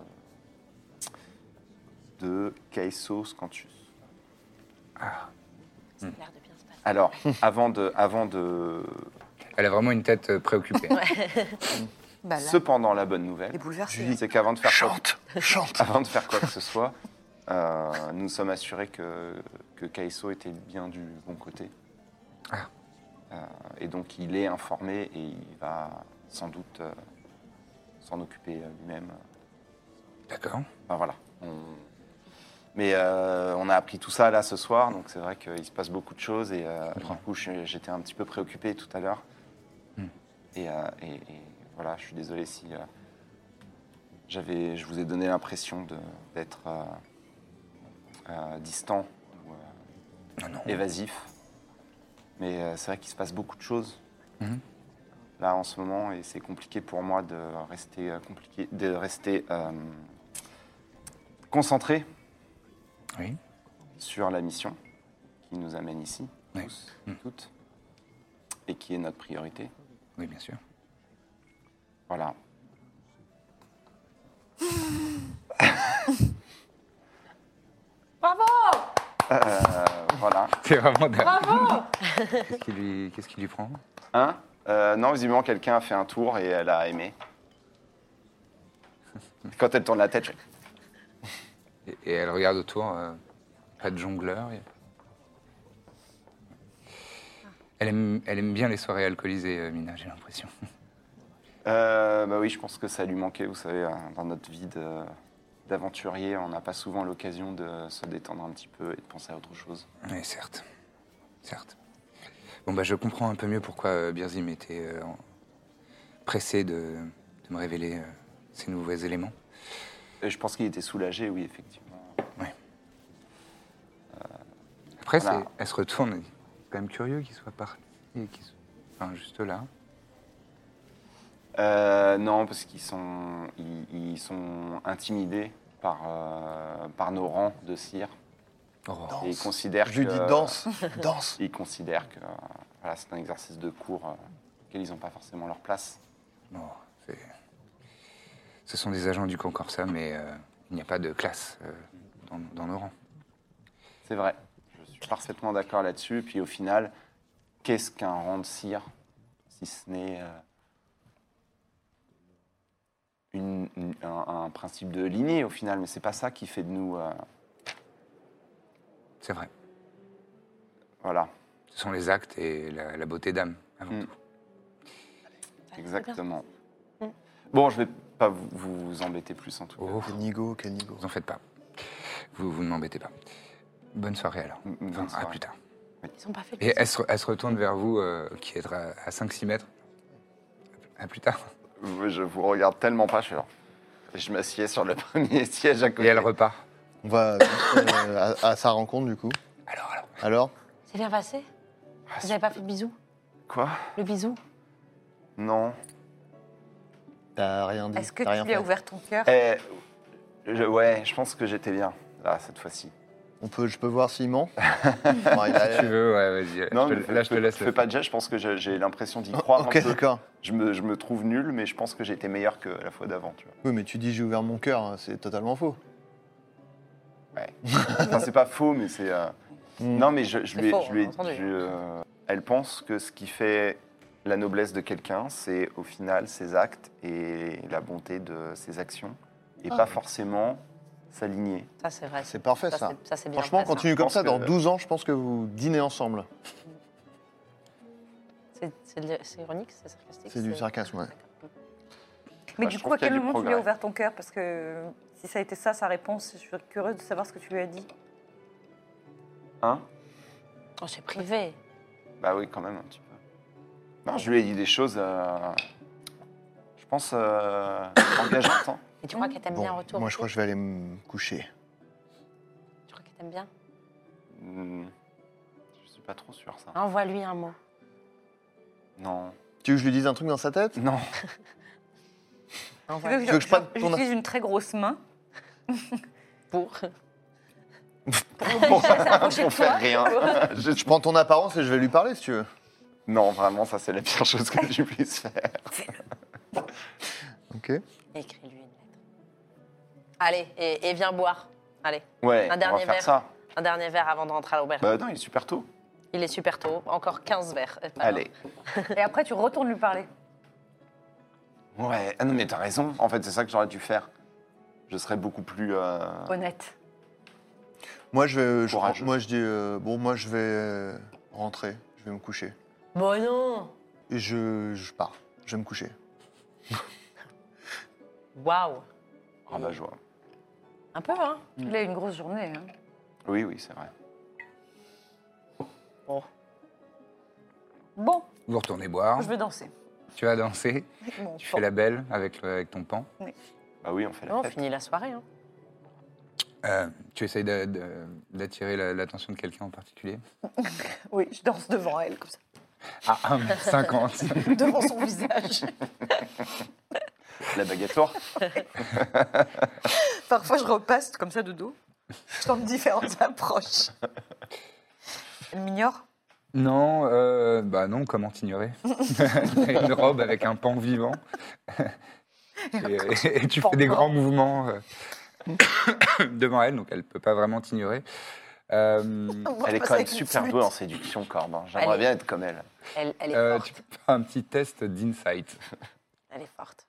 de Kaiso Scantus. Ah. Ça a l'air de bien se passer. Alors, avant de... Avant de Elle a vraiment une tête euh, préoccupée. Bah là, cependant, la bonne nouvelle, les bouleversés. c'est qu'avant de faire quoi, Chante, chante. avant de faire quoi que ce soit, euh, nous nous sommes assurés que, que Kaiso était bien du bon côté. Ah. Euh, et donc, il est informé et il va sans doute euh, s'en occuper euh, lui-même. D'accord. Enfin, voilà. On- Mais euh, on a appris tout ça là ce soir, donc c'est vrai qu'il se passe beaucoup de choses et euh, du coup je- j'étais un petit peu préoccupé tout à l'heure. Hmm. Et, euh, et- et voilà, je suis désolé si euh, j'avais, je vous ai donné l'impression de- d'être euh, euh, distant ou euh, Non, non. évasif. Mais euh, c'est vrai qu'il se passe beaucoup de choses Mhm. là en ce moment et c'est compliqué pour moi de rester euh, compliqué, de rester euh, concentré Oui. sur la mission qui nous amène ici, Oui. tous, Mm. toutes, et qui est notre priorité. Oui, bien sûr. Voilà. Bravo! Euh, voilà. C'est vraiment... de- Bravo! Qu'est-ce qui lui, qu'est-ce qui lui prend? Hein Euh, Non, visiblement, quelqu'un a fait un tour et elle a aimé. Quand elle tourne la tête, je fais, Et, et elle regarde autour, euh, pas de jongleur. et- Elle aime, elle aime bien les soirées alcoolisées, euh, Mina, j'ai l'impression. Euh, bah oui, je pense que ça lui manquait, vous savez, euh, dans notre vie de- d'aventurier, on n'a pas souvent l'occasion de se détendre un petit peu et de penser à autre chose. Oui, certes. Certes. Bon, bah, je comprends un peu mieux pourquoi euh, Birzim était euh, en- pressé de, de me révéler euh, ces nouveaux éléments. Et je pense qu'il était soulagé, oui, effectivement. Après, Voilà. c'est- elle se retourne et dit, c'est quand même curieux qu'il soit parti. et qu'il soit- Enfin, juste là. Euh, non, parce qu'ils sont, ils, ils sont intimidés par, euh, par nos rangs de cire. Oh. Et ils considèrent Je lui que, dis danse, danse. Ils considèrent que euh, voilà, c'est un exercice de cours euh, auquel ils n'ont pas forcément leur place. Bon, c'est- ce sont des agents du Concorsa, mais euh, il n'y a pas de classe euh, dans, dans nos rangs. C'est vrai, je suis parfaitement d'accord là-dessus. Puis au final, qu'est-ce qu'un rang de cire, si ce n'est euh, une- une- un, un principe de lignée au final, mais c'est pas ça qui fait de nous. euh, C'est vrai. voilà, Ce sont les actes et la, la beauté d'âme, avant Mm. tout. exactement. Bon, je vais pas vous, vous embêter plus en tout cas. Oh, Quel nigo, quel nigo. vous en faites pas. Vous, vous ne m'embêtez pas. Bonne soirée alors. Mm, bonne Enfin, à soirée. plus tard. Ils sont pas fait. Et elle se, elle se retourne vers vous, euh, qui êtes à, à cinq six mètres. À plus tard. Je vous regarde tellement pas, je, suis genre- je m'assieds sur le premier siège à Et côté. elle repart. On va euh, à, à sa rencontre, du coup. Alors, alors. Alors C'est bien passé? Vous n'avez pas fait de bisous? Quoi? Le bisou? Non. T'as rien dit. Est-ce que t'as tu rien lui as fait. ouvert ton cœur? Eh, je- ouais, je pense que j'étais bien, là, cette fois-ci. On peut, je peux voir s'il ment. Bon, il a- Si tu veux, ouais, vas-y. Non, Je mais te- là, je te fais- laisse. Fais le pas faire. de jet, je pense que j'ai j'ai l'impression d'y croire Ok, un peu. d'accord. Je me, je me trouve nul, mais je pense que j'ai été meilleur que la fois d'avant, tu vois. Oui, mais tu dis j'ai ouvert mon cœur, hein, c'est totalement faux. Enfin, c'est pas faux, mais c'est... euh, Mm. Non, mais je, je C'est lui ai... faux, je lui ai- on a entendu. je, euh, Elle pense que ce qui fait la noblesse de quelqu'un, c'est au final ses actes et la bonté de ses actions, et Ah. pas forcément s'aligner. Ça, c'est vrai. C'est parfait, ça. c'est- Ça, c'est bien. Franchement, fait, ça. continue Je comme pense ça, dans que- douze ans, je pense que vous dînez ensemble. C'est- C'est de- c'est ironique, c'est sarcastique. C'est du sarcasme, ouais. Mais Ouais, du je coup, trouve à qu'il y a quel du moment tu lui as progrès. ouvert ton cœur? Parce que si ça a été ça, sa réponse, je suis curieuse de savoir ce que tu lui as dit. Hein? Oh, c'est privé. Bah oui, quand même, un petit peu. Non, je lui ai dit des choses, euh, je pense, euh, engageantes. Hein. Et tu crois qu'elle t'aime bien en Bon, retour moi, je crois que je vais aller me coucher. Tu crois qu'elle t'aime bien Hmm, Je suis pas trop sûr, ça. Envoie-lui un mot. Non. Tu veux que je lui dise un truc dans sa tête? Non. Tu Envoie veux que Tu veux que je prenne ton- j'utilise une très grosse main pour. Pour faire rien. Je- Je prends ton apparence et je vais lui parler si tu veux. Non, vraiment, ça, c'est la pire chose que tu puisses faire. Ok. Écris-lui une lettre. Allez, et, et viens boire. Allez, Ouais, Un on dernier va faire verre. ça. un dernier verre avant de rentrer à l'auberge. Bah non, il est super tôt. Il est super tôt, encore quinze verres. Euh, pas Allez. et après tu retournes lui parler. Ouais. Ah non, mais t'as raison. En fait, c'est ça que j'aurais dû faire. Je serais beaucoup plus... euh, Honnête. Moi, je vais. je Courageux. prends- moi, je dis euh, bon, moi, je vais euh, rentrer. Je vais me coucher. mal. Bon non. Et je, je pars. Je vais me coucher. Waouh. Ah bah, je vois. Un peu, hein. Il a eu une grosse journée. Hein. Oui, oui, c'est vrai. Bon. Bon, Vous retournez boire, je vais danser. tu vas danser, Bon, tu fais la belle avec, le- avec ton pan. Bah oui, on fait la Non, on fête. finit la soirée. Hein. Euh, tu essayes de- de- d'attirer la- l'attention de quelqu'un en particulier? Oui, je danse devant elle, comme ça. Ah, un mètre cinquante. Devant son visage. La baguette-tour. Parfois, je repasse comme ça de dos. Je tente différentes approches. Elle m'ignore. Non, euh, bah non, comment t'ignorer? Une robe avec un pan vivant. Et, et tu pan fais des mort. grands mouvements euh, devant elle, donc elle peut pas vraiment t'ignorer. Euh, Moi, Elle je est passe quand même avec une super flûte. douée en séduction, Corbe. hein. J'aimerais Elle est- bien être comme elle. Elle, elle est euh, forte. tu peux faire un petit test d'insight. Elle est forte.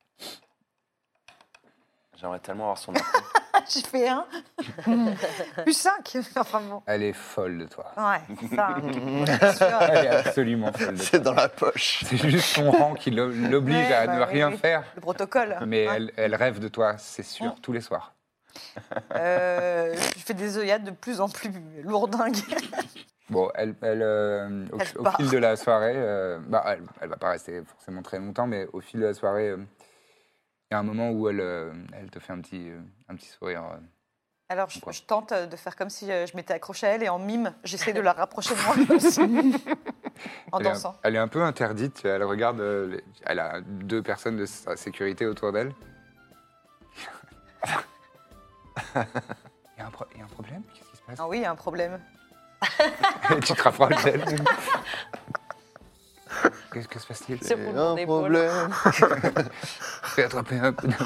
J'aimerais tellement avoir son info. J'ai fait un. Plus cinq. Enfin bon. Elle est folle de toi. Ouais, c'est ça. hein. C'est sûr. Elle est absolument folle de toi. C'est dans la poche. C'est juste son rang qui l'o- l'oblige Ouais, à bah ne oui, rien oui. faire. Le protocole. Mais hein. elle, elle rêve de toi, c'est sûr, Ouais. tous les soirs. Euh, je fais des œillades de plus en plus lourdingues. Bon, elle, elle, euh, au, Elle au part. fil de la soirée, euh, bah, elle, elle va pas rester forcément très longtemps, mais au fil de la soirée, euh, il y a un moment où elle, euh, elle te fait un petit, euh, un petit sourire. euh. Alors, je, Quoi je tente de faire comme si euh, je m'étais accrochée à elle et en mime, j'essaie de la rapprocher de moi aussi. En Elle est, un, dansant. elle est un peu interdite. Elle regarde, euh, les- elle a deux personnes de sa sécurité autour d'elle. Il y a un, pro- il y a un problème? Qu'est-ce qui se passe? Ah oui, il y a un problème. Et tu te rapproches d'elle. Qu'est-ce que se passe-t-il? C'est C'est pour mon un épaule. problème. Fais attraper un coup de...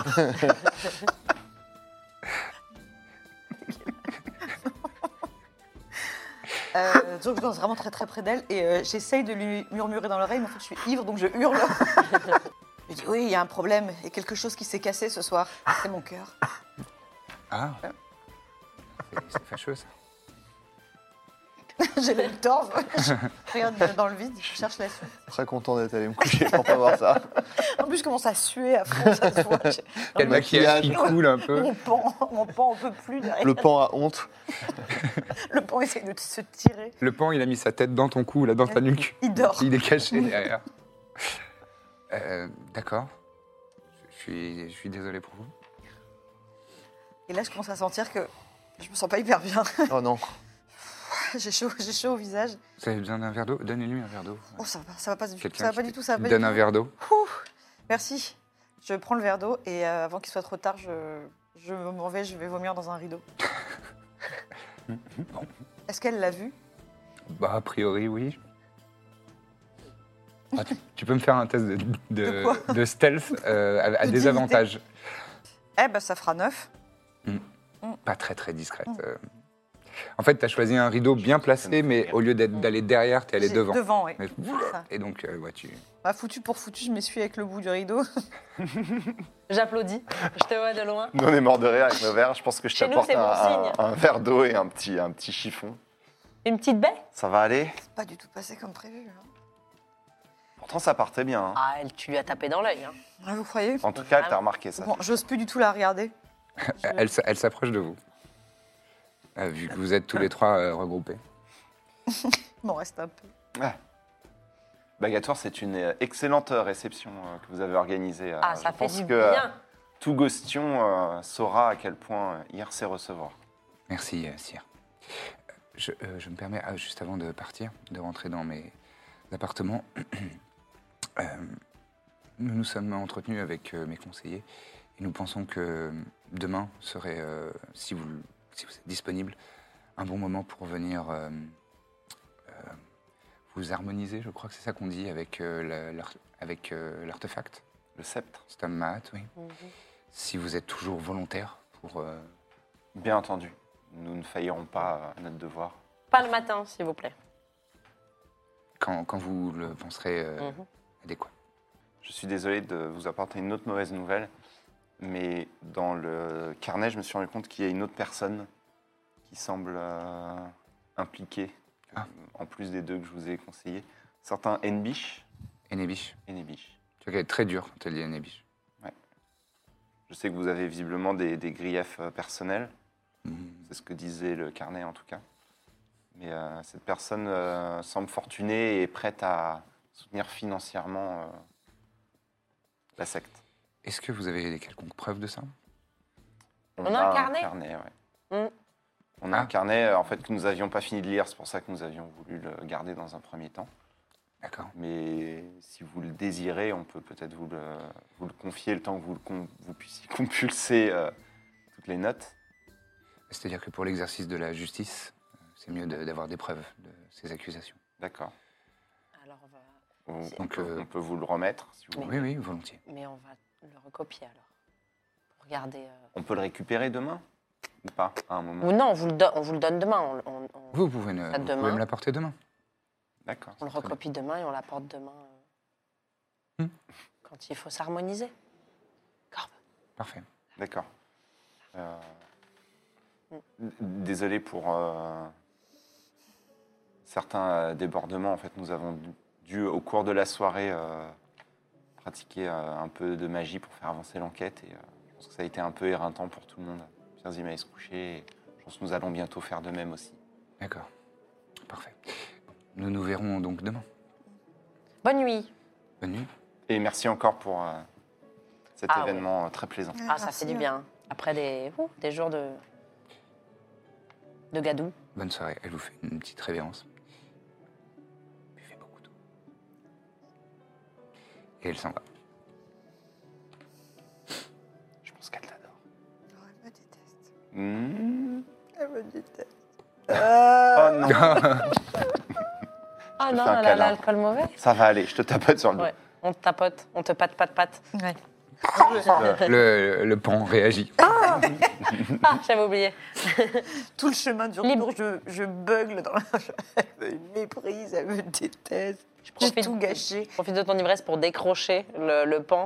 Euh, donc, je danse vraiment très très près d'elle et euh, j'essaye de lui murmurer dans l'oreille, mais en fait, je suis ivre, donc je hurle. Je dis oui, il y a un problème, il y a quelque chose qui s'est cassé ce soir. C'est mon cœur. Ah, c'est- c'est fâcheux ça. J'ai le torse. Je regarde dans le vide, je cherche la suite. Très content d'être allé me coucher pour pas voir ça. En plus, je commence à suer à fond, ça se voit. J'ai- Quel maquillage qui coule un peu. Mon pan, mon pan, on peut plus derrière. Le pan a honte. Le pan essaye de se tirer. Le pan, il a mis sa tête dans ton cou, là, dans ta nuque. Il dort. Il est caché derrière. Euh, D'accord. Je suis, je suis désolé pour vous. Et là, je commence à sentir que je me sens pas hyper bien. Oh non. J'ai chaud, j'ai chaud au visage. Vous avez besoin d'un verre d'eau? Donnez-lui un verre d'eau. Oh, ça va, ça va pas du tout. Quelqu'un Ça va qui pas du tout, ça va me pas donne du un tout. verre d'eau. Ouh, merci. Je prends le verre d'eau et euh, avant qu'il soit trop tard, je, je m'en vais, je vais vomir dans un rideau. Est-ce qu'elle l'a vu? Bah, a priori, oui. Ah, tu, tu peux me faire un test de, de, De quoi de stealth euh, à, à De désavantage. Eh ben, ça fera neuf. Pas très très discrète. euh. En fait, tu as choisi un rideau bien placé, mais au lieu d'être- d'aller derrière, tu es allé J'ai- devant. Devant, oui. Mais- ça. Et donc, euh, ouais, tu... Bah, foutu pour foutu, je m'essuie avec le bout du rideau. J'applaudis. Je te vois de loin. Nous, on est mort de rire avec nos verres. Je pense que je Chez nous, t'apporte c'est bon un, signe. un- un verre d'eau et un petit, un petit chiffon. Une petite baie? Ça va aller? C'est pas du tout passé comme prévu. Hein. Pourtant, ça partait bien. hein. Ah, elle, tu lui as tapé dans l'œil. Hein. Ah, vous croyez? En tout cas, elle t'a remarqué ça. Bon, j'ose plus du tout la regarder. Elle, s- elle s'approche de vous. Euh, vu que vous êtes tous les trois euh, regroupés. Il m'en reste un peu. Ouais. Bagatoire, c'est une euh, excellente euh, réception euh, que vous avez organisée. euh, Ah, ça je fait pense du que euh, bien. tout Gostion euh, saura à quel point euh, hier sait recevoir. Merci, euh, Sire. Euh, Je, euh, je me permets, ah, juste avant de partir, de rentrer dans mes appartements. Euh, nous nous sommes entretenus avec euh, mes conseillers et nous pensons que demain serait, euh, si, vous, si vous êtes disponible, un bon moment pour venir euh, euh, vous harmoniser, je crois que c'est ça qu'on dit, avec euh, la- l'ar- avec, euh, l'artefact. Le sceptre, Stammat, oui. Si vous êtes toujours volontaire pour... euh, bien entendu. Nous ne faillirons pas à notre devoir. Pas le matin, s'il vous plaît. quand, quand vous le penserez euh, Mhm. adéquat. Je suis désolé de vous apporter une autre mauvaise nouvelle, mais dans le carnet, je me suis rendu compte qu'il y a une autre personne qui semble euh, impliquée, Ah. en plus des deux que je vous ai conseillés. Certain Enbish. Enebish. Enbish. Tu vois qu'elle est très dure quand elle dit Enebish. Je sais que vous avez visiblement des, des griefs euh, personnels. Mhm. C'est ce que disait le carnet en tout cas. Mais euh, cette personne euh, semble fortunée et est prête à soutenir financièrement euh, la secte. Est-ce que vous avez quelconque preuve de ça? On a un carnet ouais. Mm. On a Ah. un carnet euh, en fait, que nous n'avions pas fini de lire, c'est pour ça que nous avions voulu le garder dans un premier temps. D'accord. Mais si vous le désirez, on peut peut-être vous le, vous le confier le temps que vous, le com- vous puissiez compulser euh, toutes les notes. C'est-à-dire que pour l'exercice de la justice, euh, c'est mieux de- d'avoir des preuves de ces accusations. D'accord. Alors, on va... On, C'est- on Donc, peut, euh, on peut vous le remettre si vous voulez. Oui, oui, volontiers. Mais on va le recopier alors. Pour regarder. euh, On peut le récupérer demain ou pas à un moment. Ou non, on vous le, don- on vous le donne demain. On, on- on- Vous pouvez, ne- Ça, vous demain. pouvez me l'apporter demain. D'accord. on le c'est très bien. recopie demain et on l'apporte demain. euh, Hmm. Quand il faut s'harmoniser. Corbe. Parfait. D'accord. Euh, d- Désolé pour euh, certains euh, débordements. En fait, nous avons dû, dû, au cours de la soirée, euh, pratiquer euh, un peu de magie pour faire avancer l'enquête. Et euh, je pense que ça a été un peu éreintant pour tout le monde. Pierre Zima est se coucher. Et je pense que nous allons bientôt faire de même aussi. D'accord. Parfait. Nous nous verrons donc demain. Bonne nuit. Bonne nuit. Et merci encore pour euh, cet Ah, événement euh, très plaisant. Ah, ça fait du bien. Après des, ouh, des jours de, de gadou. Bonne soirée. Elle vous fait une petite révérence. Buvez beaucoup d'eau. Et elle s'en va. Je pense qu'elle t'adore. Oh, elle me déteste. Mmh. Elle me déteste. Euh, Oh non, Ah te non, fais un elle a câlin. l'alcool mauvais. ça va aller. Je te tapote sur le dos. Ouais. On te tapote, on te patte, patte, patte. Ouais. Le, le pan réagit. Ah, j'avais oublié. Tout le chemin du Libre. retour, je, je bugle dans la... Elle me méprise, elle me déteste. J'ai profite. tout gâché. Profite de ton ivresse pour décrocher le, le pan.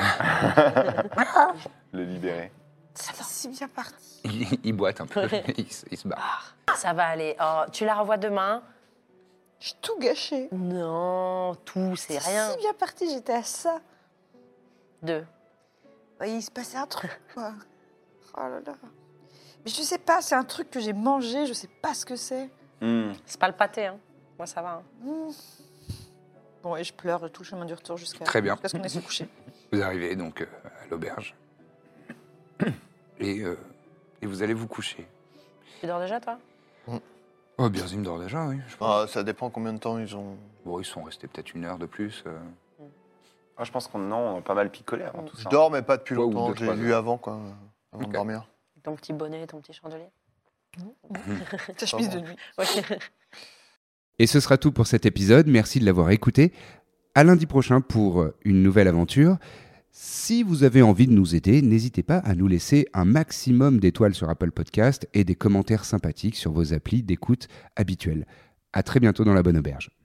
Le libérer. C'est si bien parti. Il, il boite un peu. Il, se- il se barre. Ça va aller. Oh, tu la revois demain? J'ai tout gâché. Non, tout, c'est rien. si bien parti, j'étais à ça. Deux. Bah, il se passait un truc, quoi. Oh là là. Mais je sais pas, c'est un truc que j'ai mangé, je sais pas ce que c'est. Mmh. C'est pas le pâté, hein. Moi, ça va. hein. Mmh. Bon, et je pleure tout le chemin du retour jusqu'à Très bien. jusqu'à ce qu'on ait se coucher. Vous arrivez donc euh, à l'auberge. Et, euh, et vous allez vous coucher. Tu dors déjà, toi? Oh, Birzim dort déjà, oui. Je pense. Ah, ça dépend combien de temps ils ont. Bon, ils sont restés peut-être une heure de plus. euh. Ah, je pense qu'on non, on a pas mal picolé avant tout Je ça. dors, mais pas depuis Ouais, ou longtemps. deux, J'ai trois lu heures. avant, quoi, avant Ok. de dormir. Ton petit bonnet et ton petit chandelier? Ta chemise de nuit. Ouais. Et ce sera tout pour cet épisode. Merci de l'avoir écouté. À lundi prochain pour une nouvelle aventure. Si vous avez envie de nous aider, n'hésitez pas à nous laisser un maximum d'étoiles sur Apple Podcast et des commentaires sympathiques sur vos applis d'écoute habituelles. À très bientôt dans la Bonne Auberge.